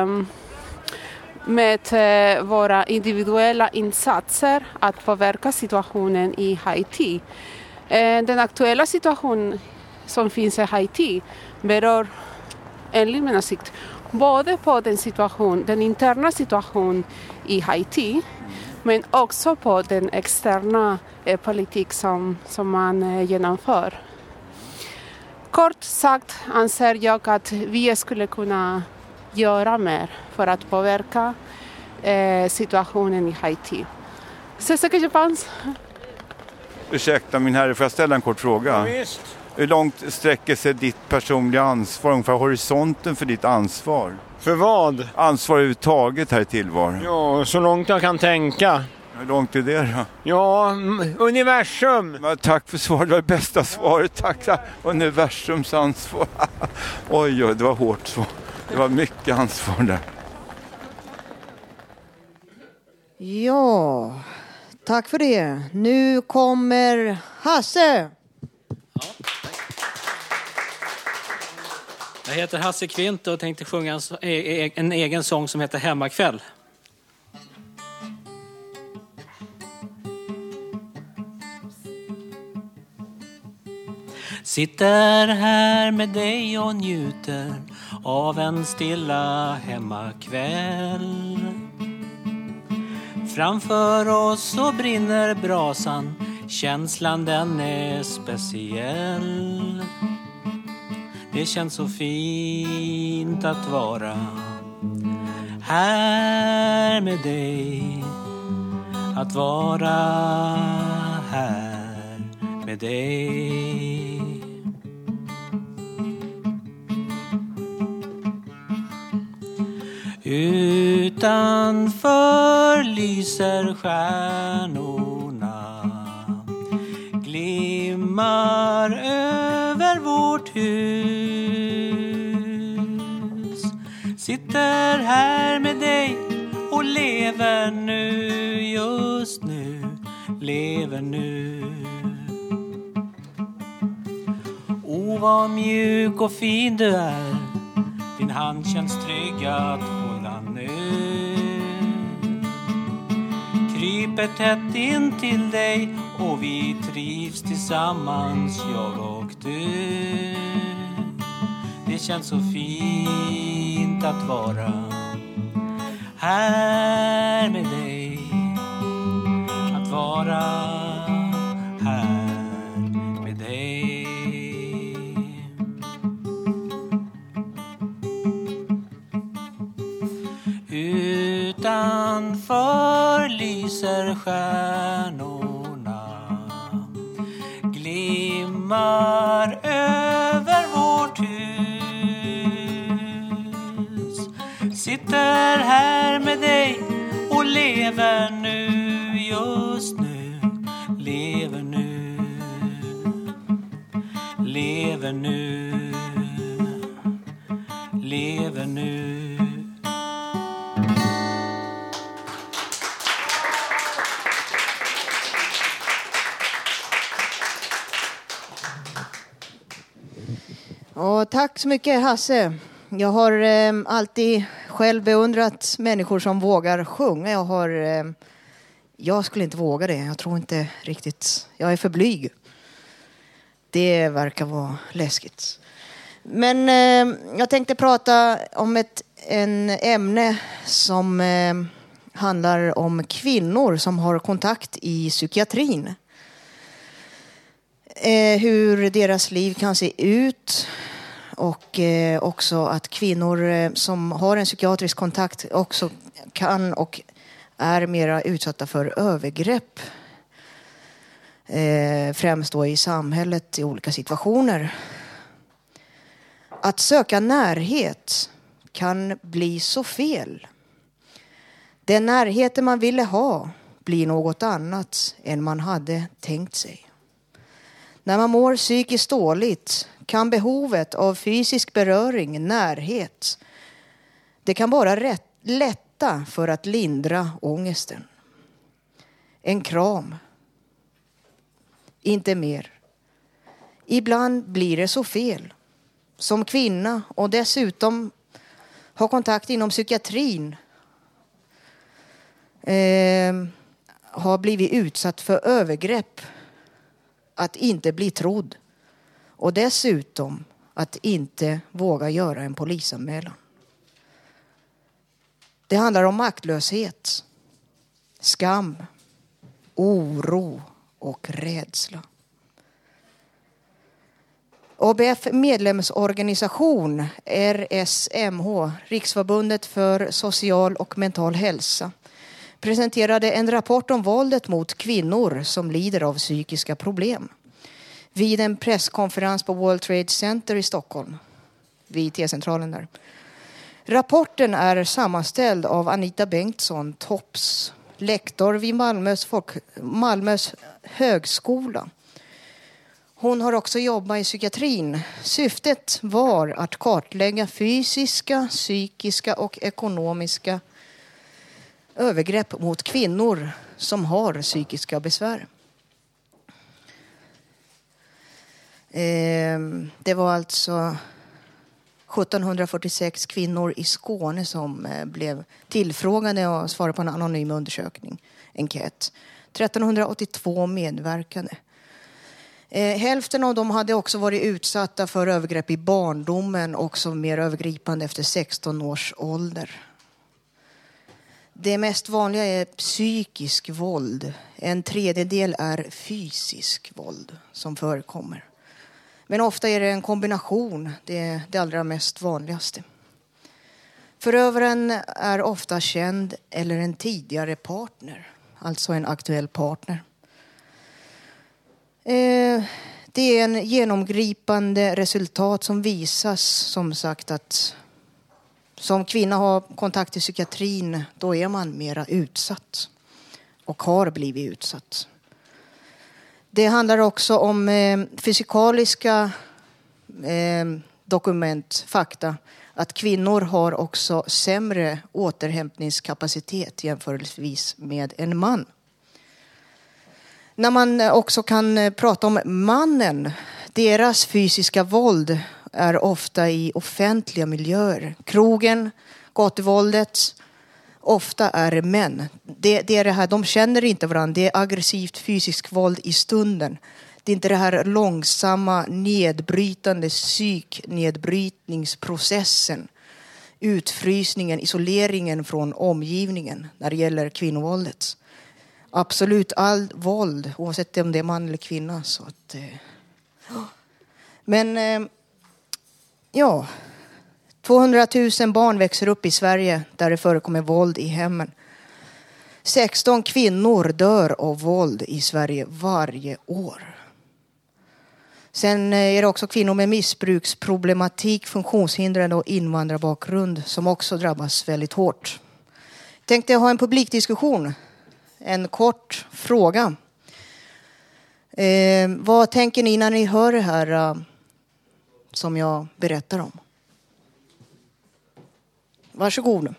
med våra individuella insatser att påverka situationen i Haiti. Den aktuella situationen som finns i Haiti beror enligt min åsikt både på den interna situationen i Haiti men också på den externa politik som man genomför. Kort sagt anser jag att vi skulle kunna göra mer för att påverka situationen i Haiti. C'est ce que je pense. Ursäkta min herre, får jag ställa en kort fråga? Ja, visst. Hur långt sträcker sig ditt personliga ansvar, ungefär horisonten för ditt ansvar? För vad? Ansvar överhuvudtaget här i tillvaron. Ja, så långt jag kan tänka. Hur långt är det då? Ja, universum. Men tack för svaret, det var det bästa svaret. Tack. Universums ansvar. Oj, det var hårt så. Det var mycket ansvar där. Ja, tack för det. Nu kommer Hasse. Jag heter Hasse Kvint och tänkte sjunga en egen sång som heter Hemmakväll. Sitter här med dig och njuter av en stilla hemmakväll. Framför oss så brinner brasan, känslan den är speciell. Det känns så fint att vara här med dig. Att vara här med dig. Utanför lyser stjärnorna, glimmar över vårt hus. Sitter här med dig och lever nu, just nu, lever nu. O, vad mjuk och fin du är, din hand känns trygg att hålla nu. Kryper tätt in till dig och vi trivs tillsammans, jag och du. Det känns så fint att vara här med dig. Att vara här med dig. Utanför lyser stjärnorna, glimmar över vårt hus. Sitter här med dig och lever nu, just nu, lever nu, lever nu, lever nu. Och tack så mycket Hasse. Jag har alltid själv beundrat människor som vågar sjunga. Jag skulle inte våga det. Jag tror inte riktigt. Jag är för blyg. Det verkar vara läskigt. Men jag tänkte prata om ett ämne som handlar om kvinnor som har kontakt i psykiatrin. Hur deras liv kan se ut. Och också att kvinnor som har en psykiatrisk kontakt också kan och är mera utsatta för övergrepp. Främst då i samhället i olika situationer. Att söka närhet kan bli så fel. Den närheten man ville ha blir något annat än man hade tänkt sig. När man mår psykiskt dåligt kan behovet av fysisk beröring, närhet, det kan bara lätta för att lindra ångesten. En kram. Inte mer. Ibland blir det så fel. Som kvinna och dessutom ha kontakt inom psykiatrin har blivit utsatt för övergrepp, att inte bli trodd och dessutom att inte våga göra en polisanmälan. Det handlar om maktlöshet, skam, oro och rädsla. ABF medlemsorganisation RSMH, Riksförbundet för social och mental hälsa, presenterade en rapport om våldet mot kvinnor som lider av psykiska problem vid en presskonferens på World Trade Center i Stockholm, vid T-centralen där. Rapporten är sammanställd av Anita Bengtsson, TOPS, lektor vid Malmös högskola. Hon har också jobbat i psykiatrin. Syftet var att kartlägga fysiska, psykiska och ekonomiska övergrepp mot kvinnor som har psykiska besvär. Det var alltså 1746 kvinnor i Skåne som blev tillfrågade och svarade på en anonym undersökning, enkät. 1382 medverkade. Hälften av dem hade också varit utsatta för övergrepp i barndomen, också mer övergripande efter 16 års ålder. Det mest vanliga är psykisk våld. En tredjedel är fysisk våld som förekommer. Men ofta är det en kombination, det är det allra mest vanligaste. Förövaren är ofta känd eller en tidigare partner, alltså en aktuell partner. Det är en genomgripande resultat som visas, som sagt, att som kvinna har kontakt i psykiatrin, då är man mera utsatt och har blivit utsatt. Det handlar också om fysikaliska dokument, fakta, att kvinnor har också sämre återhämtningskapacitet jämförelsevis med en man. När man också kan prata om mannen, deras fysiska våld är ofta i offentliga miljöer. Krogen, gatuvåldet, ofta är män. Det är det här, de känner inte varandra. Det är aggressivt fysiskt våld i stunden. Det är inte det här långsamma, nedbrytande psyknedbrytningsprocessen. Utfrysningen, isoleringen från omgivningen när det gäller kvinnovåldet. Absolut all våld, oavsett om det är man eller kvinna. Så att, men ja, 200 000 barn växer upp i Sverige där det förekommer våld i hemmen. 16 kvinnor dör av våld i Sverige varje år. Sen är det också kvinnor med missbruksproblematik, funktionshindrade och invandrarbakgrund som också drabbas väldigt hårt. Tänkte jag ha en publikdiskussion. En kort fråga. Vad tänker ni när ni hör det här som jag berättar om? Varsågod.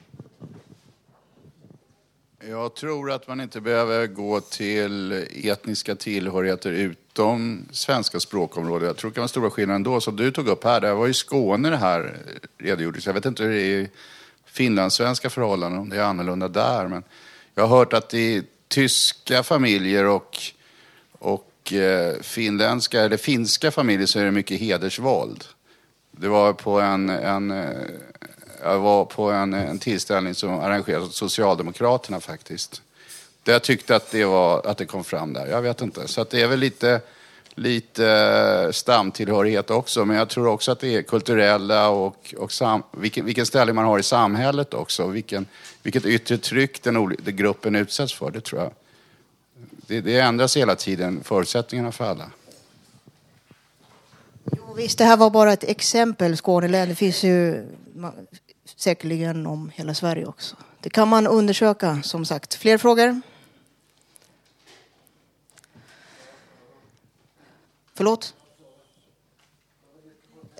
Jag tror att man inte behöver gå till etniska tillhörigheter utom svenska språkområdet. Jag tror det kan vara stora skillnader ändå. Som du tog upp här, det var i Skåne det här redogjordes. Jag vet inte hur det är i finlandssvenska förhållanden, om det är annorlunda där. Men jag har hört att i tyska familjer och finländska eller finska familjer så är det mycket hedersvåld. Det var på en tillställning som arrangerades av Socialdemokraterna faktiskt. Där jag tyckte att det kom fram där. Jag vet inte. Så att det är väl lite stamtillhörighet också. Men jag tror också att det är kulturella och vilken ställning man har i samhället också. Vilket yttre tryck den gruppen utsätts för, det tror jag. Det ändras hela tiden, förutsättningarna för alla. Jo, visst, det här var bara ett exempel, Skånelän. Det finns ju säkerligen om hela Sverige också. Det kan man undersöka, som sagt. Fler frågor? Förlåt?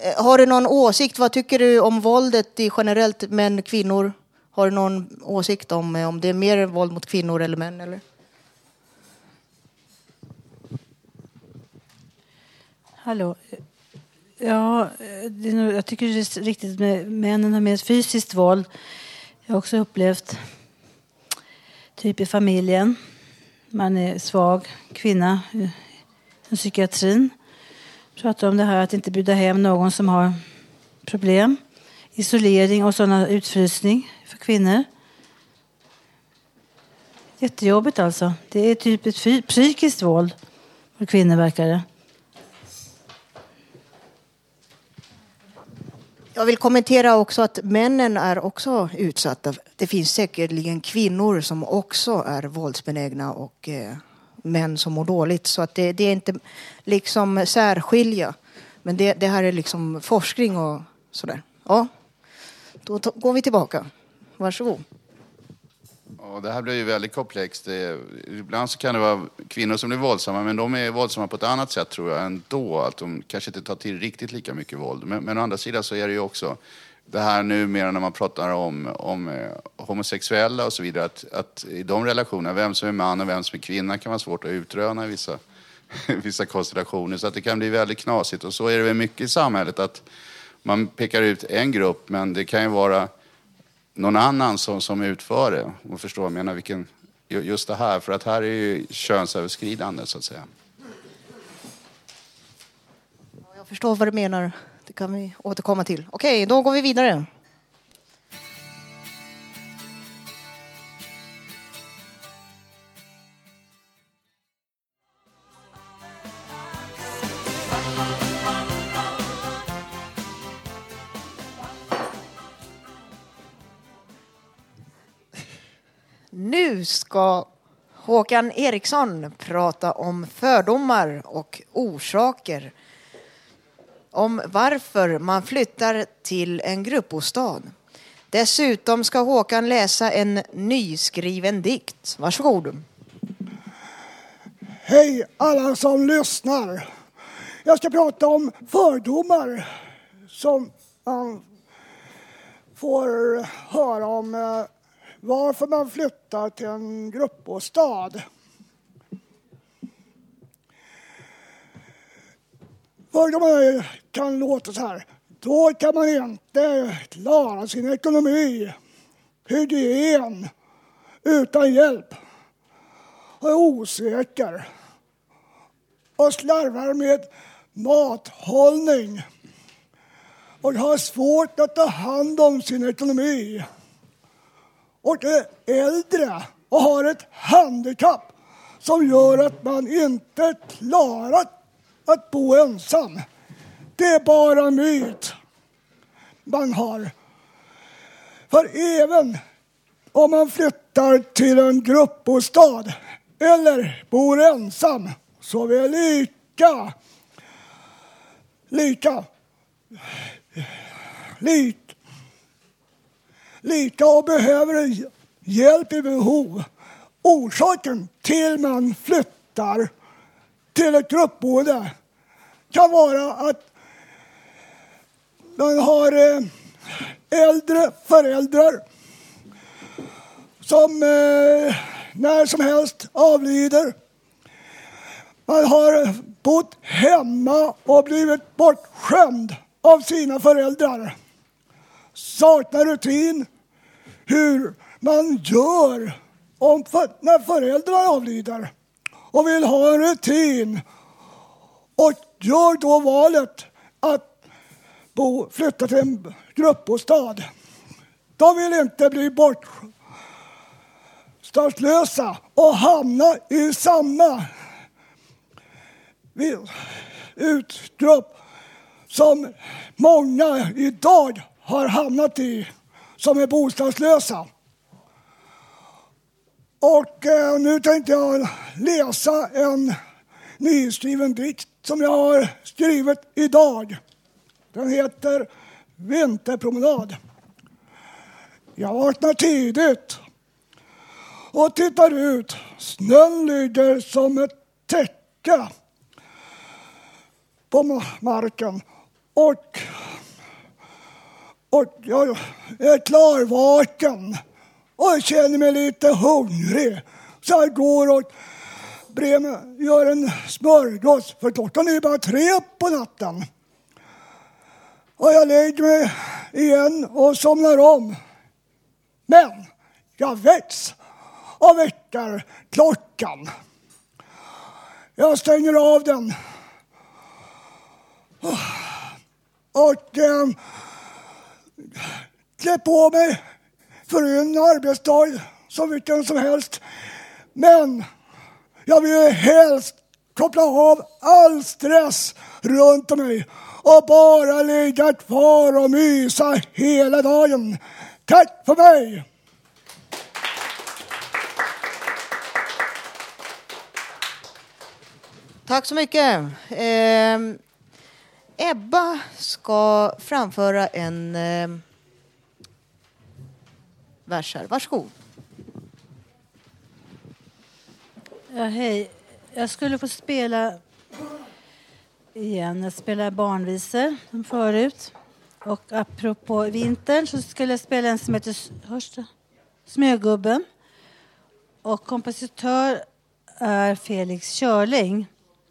Har du någon åsikt? Vad tycker du om våldet i generellt män, kvinnor? Har du någon åsikt om det är mer våld mot kvinnor eller män? Eller? Hallå. Ja, jag tycker det är riktigt med männen har mer fysiskt våld. Jag har också upplevt typ i familjen. Man är svag kvinna i psykiatrin. Pratar om det här att inte bjuda hem någon som har problem. Isolering och sådana utfrysning för kvinnor. Jättejobbigt alltså. Det är typ ett psykiskt våld för kvinnor verkar det. Jag vill kommentera också att männen är också utsatta. Det finns säkerligen kvinnor som också är våldsbenägna och män som mår dåligt. Så att det är inte liksom särskilja. Men det här är liksom forskning och sådär. Ja, då går vi tillbaka. Varsågod. Ja, det här blir ju väldigt komplext. Ibland så kan det vara kvinnor som blir våldsamma, men de är våldsamma på ett annat sätt tror jag ändå. Att de kanske inte tar till riktigt lika mycket våld. Men å andra sidan så är det ju också det här numera när man pratar om homosexuella och så vidare. Att i de relationerna, vem som är man och vem som är kvinna kan vara svårt att utröna i vissa konstellationer. Så att det kan bli väldigt knasigt. Och så är det väl mycket i samhället att man pekar ut en grupp, men det kan ju vara någon annan som utför det. Och förstår jag menar just det här. För att här är ju könsöverskridande så att säga. Jag förstår vad du menar. Det kan vi återkomma till. Okej, då går vi vidare. Nu ska Håkan Eriksson prata om fördomar och orsaker. Om varför man flyttar till en gruppbostad. Dessutom ska Håkan läsa en nyskriven dikt. Varsågod. Hej alla som lyssnar. Jag ska prata om fördomar som man får höra om varför man flyttar till en gruppbostad. Fördomar kan låta så här. Då kan man inte klara sin ekonomi, hygien, utan hjälp. Och är osäker. Och slarvar med mathållning. Och har svårt att ta hand om sin ekonomi. Och är äldre och har ett handikapp som gör att man inte klarar att bo ensam. Det är bara myt man har. För även om man flyttar till en gruppbostad eller bor ensam så är vi lika och behöver hjälp i behov. Orsaken till man flyttar till ett gruppboende kan vara att man har äldre föräldrar som när som helst avlider. Man har bott hemma och blivit bortskämd av sina föräldrar. Saknar rutin hur man gör när föräldrar avlider. Och vill ha en rutin. Och gör då valet att flytta till en gruppbostad. De vill inte bli bortstadslösa och hamna i samma utgrupp som många idag har hamnat i som är bostadslösa. Och nu tänkte jag läsa en nyskriven dikt som jag har skrivit idag. Den heter Vinterpromenad. Jag vaknar tidigt och tittar ut. Snön ligger som ett täcke på marken Och jag är klarvaken och jag känner mig lite hungrig. Så jag går och gör en smörgås, för klockan är bara 3 på natten. Och jag lägger mig igen och somnar om. Men jag väcks av väckarklockan. Jag stänger av den. Och klär på mig för en arbetsdag som vilken som helst. Men jag vill helst koppla av all stress runt om mig och bara ligga kvar och mysa hela dagen. Tack för mig! Tack så mycket. Ebba ska framföra en vers här. Varsågod. Ja, hej. Jag skulle få spela igen. Jag spelar barnvisor som förut. Och apropå vintern så skulle jag spela en som heter Smögubben. Och kompositör är Felix Körling.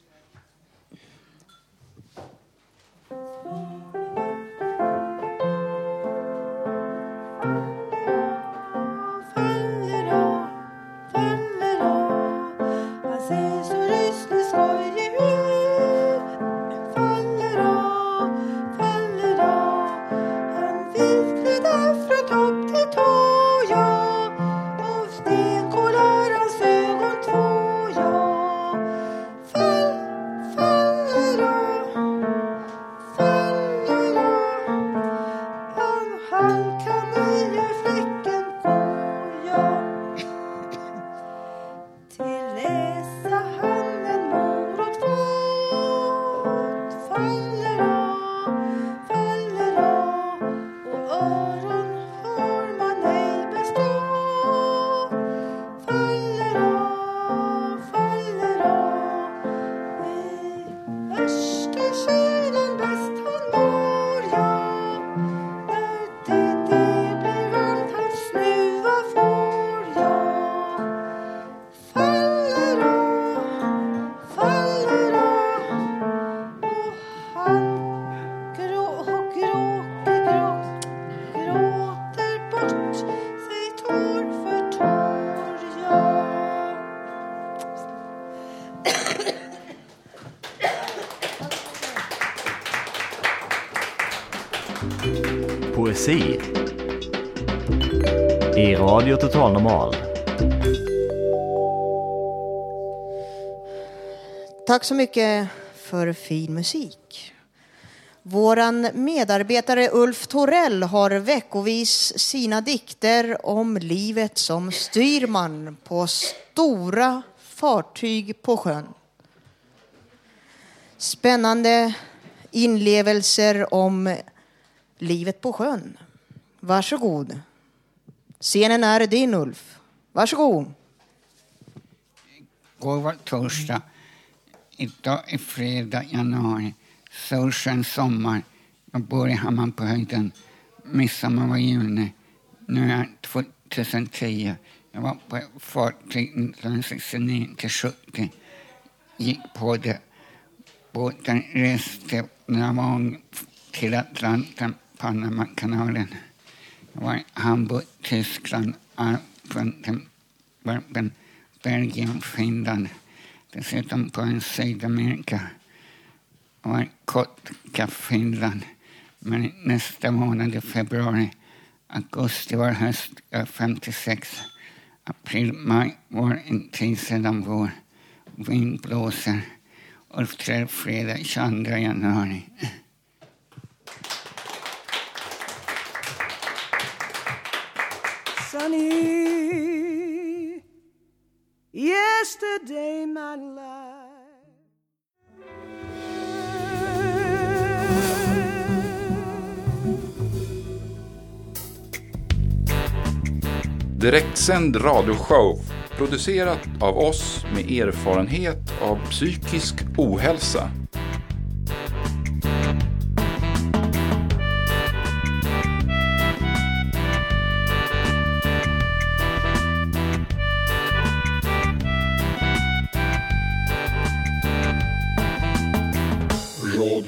Poesi i Radio Total Normal. Tack så mycket för fin musik. Våran medarbetare Ulf Torell har veckovis sina dikter om livet som styrman på stora fartyg på sjön. Spännande inlevelser om livet på sjön. Varsågod. Scenen är din, Ulf. Varsågod. Igår var torsdag. Idag är fredag, januari. Solskön sommar. Jag bor i Hammar på höjden. Midsommar var juni. Nu är 2010. Jag var på fartyg 1969 till 70. Gick på det. Båten reste några gånger till Atlanten, Panamakanalen. Jag var i Hamburg, Tyskland, Antwerpen, Belgien, Finland. Dessutom på en Sydamerika. Jag var i Kotka, Finland. Men nästa månad i februari, augusti var höst, 56. April, maj var en tid sedan vår. Vind blåser. Uppträder fredag 22 januari. Sunny, yesterday my life. Direktsänd radioshow producerat av oss med erfarenhet av psykisk ohälsa.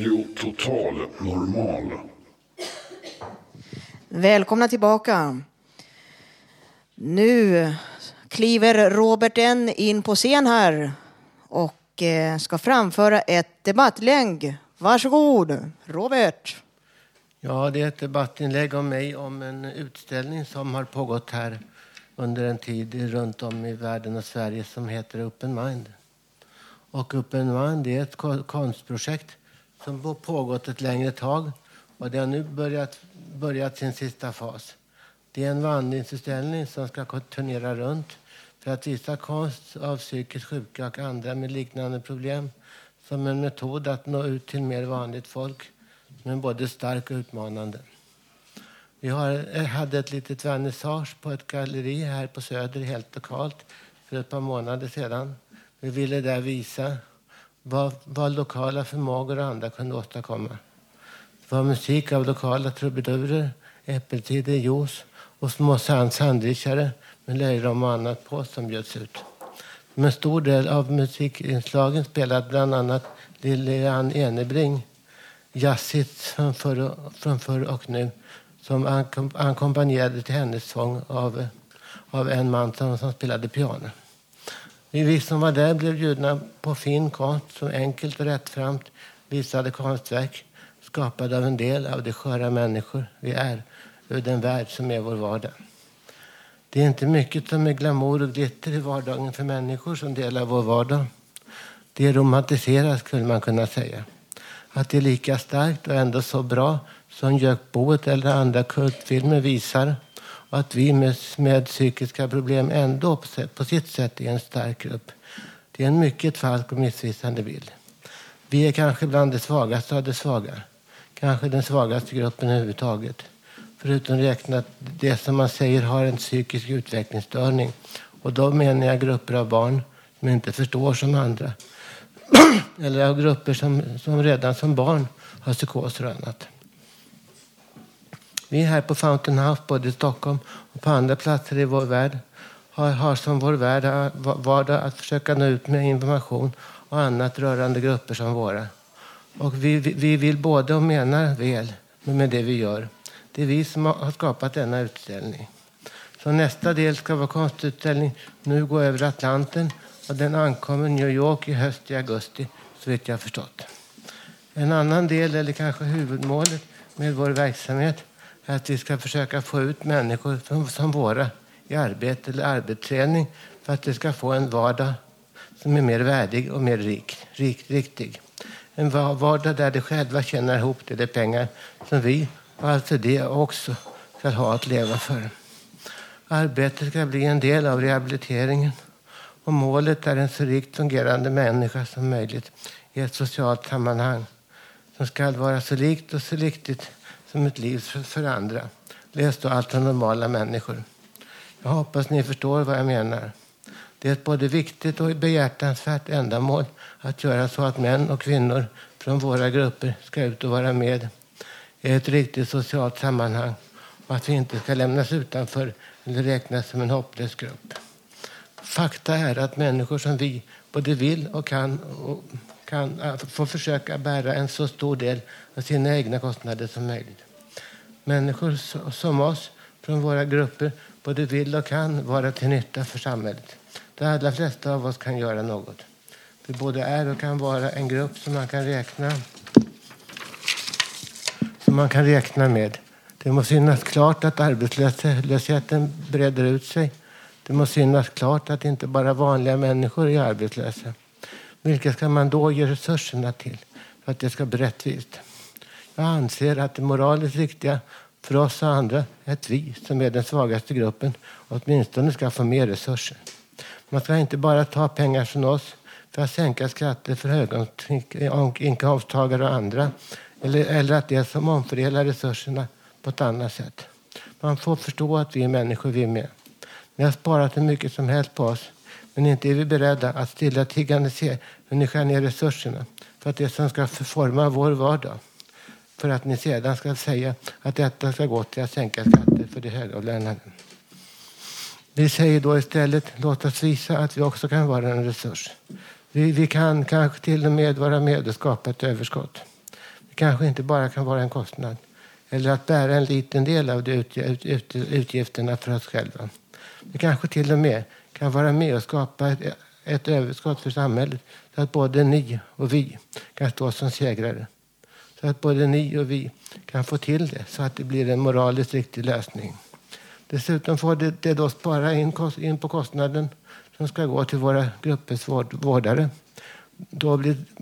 Radio Total Normal. Välkomna tillbaka. Nu kliver Robert N in på scen här och ska framföra ett debattlägg. Varsågod, Robert. Ja, det är ett debattinlägg om mig om en utställning som har pågått här under en tid runt om i världen och Sverige som heter Open Mind. Och Open Mind är ett konstprojekt som har pågått ett längre tag och det har nu börjat sin sista fas. Det är en vandringsutställning som ska turnera runt för att visa konst av psykiskt sjuka och andra med liknande problem som en metod att nå ut till mer vanligt folk, men både stark och utmanande. Vi hade ett litet vernissage på ett galleri här på Söder helt lokalt för ett par månader sedan. Vi ville där visa vad lokala förmågor och andra kunde åstadkomma. Det var musik av lokala trubadurer, äppeltider, juice och små sandwichare med löjrom och annat på som bjöds ut. Men en stor del av musikinslagen spelade bland annat Lilian Enebring, jazzigt från förr och nu, som ackompanjerade till hennes sång av en man som spelade piano. Vi som var där blev bjudna på fin konst som enkelt och rättframt visade konstverk skapade av en del av de sköra människor vi är ur den värld som är vår vardag. Det är inte mycket som är glamour och glitter i vardagen för människor som delar vår vardag. Det är romantiserat skulle man kunna säga. Att det är lika starkt och ändå så bra som Gökboet eller andra kultfilmer visar och att vi med psykiska problem ändå på sitt sätt är en stark grupp. Det är en mycket falsk och missvisande bild. Vi är kanske bland de svagaste av de svaga. Kanske den svagaste gruppen överhuvudtaget. Förutom räknat det som man säger har en psykisk utvecklingsstörning. Och då menar jag grupper av barn som inte förstår som andra. Eller av grupper som redan som barn har psykoser och annat. Vi här på Fountain House, både i Stockholm och på andra platser i vår värld, har som vår vardag att försöka nå ut med information och annat rörande grupper som våra. Och vi vill både och menar väl med det vi gör. Det är vi som har skapat denna utställning. Så nästa del ska vara konstutställning nu gå över Atlanten och den ankommer New York i höst i augusti, så vet jag förstått. En annan del, eller kanske huvudmålet med vår verksamhet, är att vi ska försöka få ut människor som våra i arbete eller arbetsträning för att de ska få en vardag som är mer värdig och mer riktig. En vardag där de själva tjänar ihop de pengar som vi och alltså det också ska ha att leva för. Arbetet ska bli en del av rehabiliteringen och målet är en så rikt fungerande människa som möjligt i ett socialt sammanhang som ska vara så likt och så riktigt som ett liv för andra. Läs då allt om normala människor. Jag hoppas ni förstår vad jag menar. Det är ett både viktigt och behjärtansvärt ändamål att göra så att män och kvinnor från våra grupper ska ut och vara med i ett riktigt socialt sammanhang och att vi inte ska lämnas utanför eller räknas som en hopplös grupp. Fakta är att människor som vi både vill och kan få försöka bära en så stor del av sina egna kostnader som möjligt. Människor som oss från våra grupper både vill och kan vara till nytta för samhället. De allra flesta av oss kan göra något. Vi både är och kan vara en grupp som man kan räkna med. Det måste synas klart att arbetslösheten breder ut sig. Det måste synas klart att inte bara vanliga människor är arbetslösa. Vilka ska man då ge resurserna till för att det ska bli rättvist? Jag anser att det moraliskt riktiga för oss och andra är att vi som är den svagaste gruppen åtminstone ska få mer resurser. Man ska inte bara ta pengar från oss för att sänka skatter för höginkomsttagare och andra eller att det som omfördelar resurserna på ett annat sätt. Man får förstå att vi är människor vi är med. Ni har sparat hur mycket som helst på oss, men inte är vi beredda att stillatigande se hur ni skär ner resurserna för att det som ska förforma vår vardag. För att ni sedan ska säga att detta ska gå till att sänka skatter för de högavlönade. Vi säger då istället, låt oss visa att vi också kan vara en resurs. Vi kan kanske till och med vara med och skapa ett överskott. Det kanske inte bara kan vara en kostnad. Eller att bära en liten del av utgifterna för oss själva. Det kanske till och med kan vara med och skapa ett överskott för samhället. Så att både ni och vi kan stå som segrare. Så att både ni och vi kan få till det. Så att det blir en moraliskt riktig lösning. Dessutom får det då spara in på kostnaden som ska gå till våra gruppers vårdare. Då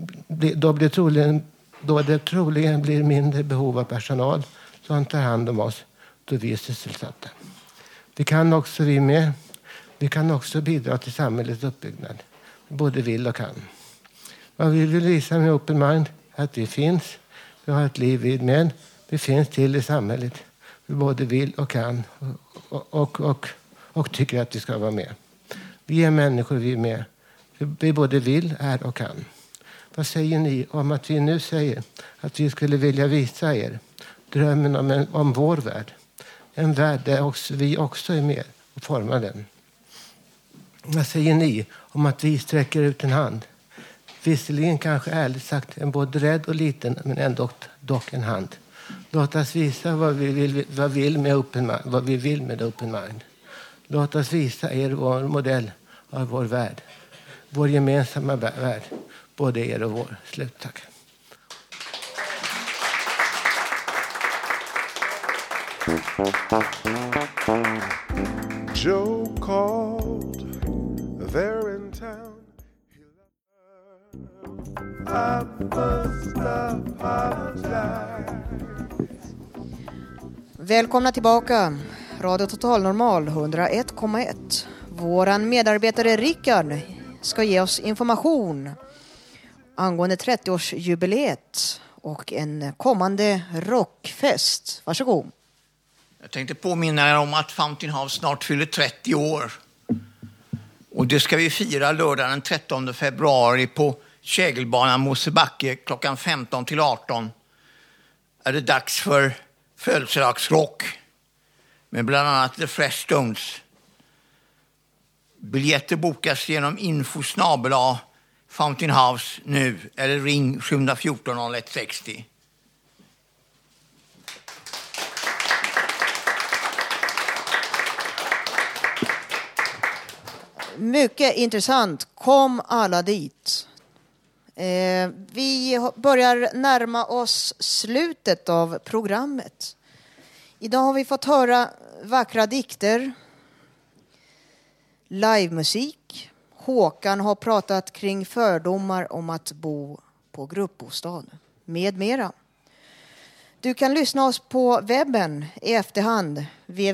det troligen blir mindre behov av personal som tar hand om oss då vi är sysselsatta. Vi kan också bidra till samhällets uppbyggnad. Både vill och kan. Vad vi vill visa med Open Mind är att vi finns. Vi har ett liv vid med. Vi finns till i samhället. Vi både vill och kan och tycker att vi ska vara med. Vi är människor, vi är med. Vi både vill, är och kan. Vad säger ni om att vi nu säger att vi skulle vilja visa er drömmen om vår värld? En värld där vi också är med och formar den. Vad säger ni om att vi sträcker ut en hand? Visserligen kanske ärligt sagt en både rädd och liten, men ändå dock en hand. Låt oss visa vad vi vill med Open Mind. Låt oss visa er vår modell av vår värld. Vår gemensamma värld. Både er och vår. Slut, tack. Joe called, they're in town. I must apologize. Välkomna tillbaka. Radio Total Normal 101,1. Våran medarbetare Rickard ska ge oss information angående 30-årsjubileet och en kommande rockfest. Varsågod. Jag tänkte påminna er om att Fountain House snart fyller 30 år. Och det ska vi fira lördag den 13 februari på Kägelbanan Mosebacke klockan 15 till 18. Är det dags för födelsedagsrock med bland annat The Fresh Stones. Biljetter bokas genom info@ Fountain House nu eller ring 714 0160. Mycket intressant. Kom alla dit. Vi börjar närma oss slutet av programmet. Idag har vi fått höra vackra dikter, livemusik. Håkan har pratat kring fördomar om att bo på gruppbostad med mera. Du kan lyssna oss på webben i efterhand,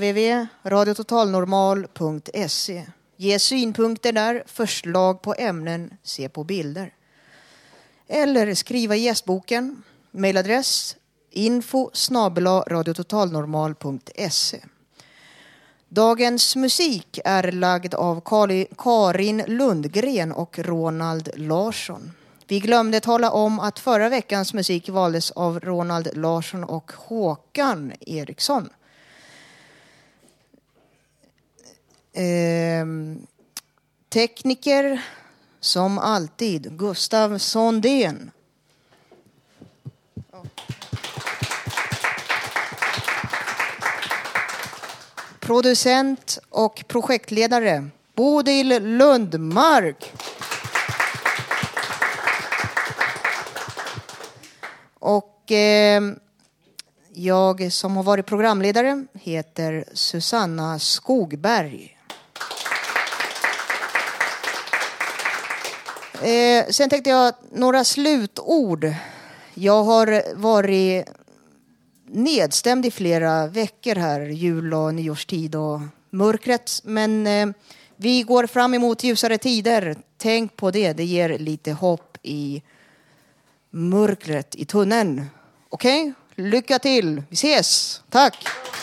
www.radiototalnormal.se. Ge synpunkter där, förslag på ämnen, se på bilder. Eller skriva i gästboken, mejladress info@radiototalnormal.se. Dagens musik är lagd av Karin Lundgren och Ronald Larsson. Vi glömde tala om att förra veckans musik valdes av Ronald Larsson och Håkan Eriksson. Tekniker som alltid Gustav Sondén. Producent och projektledare Bodil Lundmark. Och jag som har varit programledare heter Susanna Skogberg. Sen tänkte jag några slutord. Jag har varit nedstämd i flera veckor här, jul- och nyårstid och mörkret. Men vi går fram emot ljusare tider. Tänk på det, det ger lite hopp i mörkret i tunneln. Okej? Lycka till, vi ses, tack!